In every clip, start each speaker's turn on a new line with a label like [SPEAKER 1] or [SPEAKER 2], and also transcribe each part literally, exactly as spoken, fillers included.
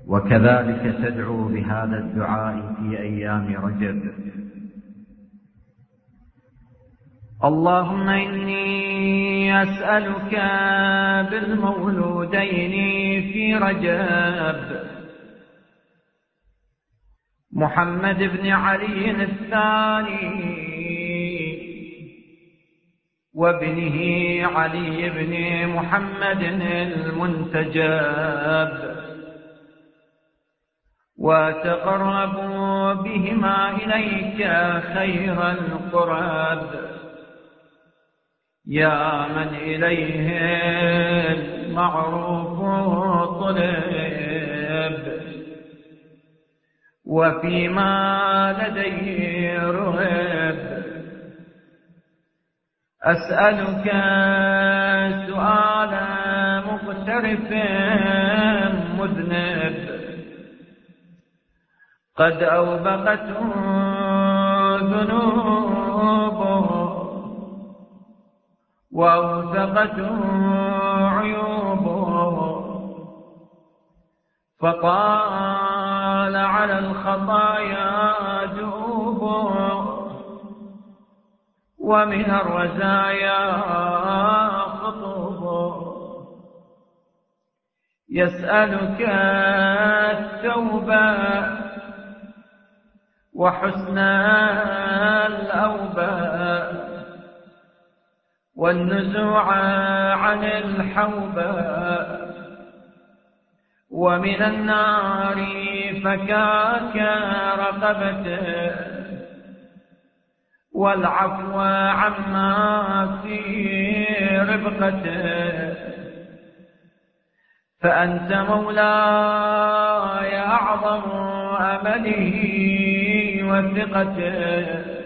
[SPEAKER 1] وكذلك تدعو بهذا الدعاء في أيام رجب. اللهم إني أسألك بالمولودين في رجب، محمد بن علي الثاني وابنه علي بن محمد المنتجب، وتقرب بهما إليك خير القرب، يا من إليه المعروف طلب، وفيما لديه رغب. أسألك سؤال مقترف مذنب، قد أوبقته ذنوبه وأوثقته عيوبه، فطال على الخطايا دؤوبه، ومن الرزايا خطوبه. يسألك التوبة وحسن الأوبة، والنزوع عن الحوبة، ومن النار فكاك رقبته، والعفو عما في ربقته. فأنت مولاي أعظم أمله وثقته.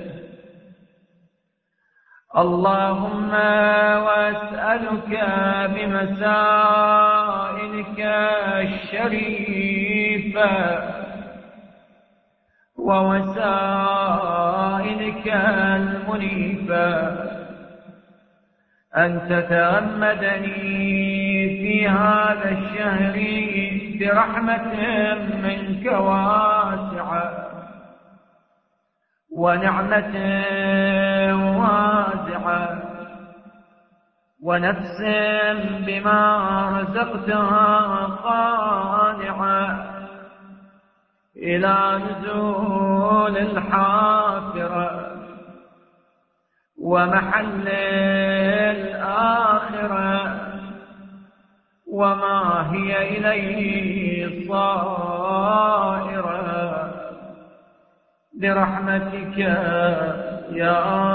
[SPEAKER 1] اللهم وأسألك بمسائلك الشريفة ووسائلك المنيفة أن تتغمدني في هذا الشهر برحمة منك واسعة، ونعمة واسعة، ونفس بما رزقتها قانعة، إلى نزول الحافرة ومحل الآخرة، وما هي إليه صائرة، برحمتك يا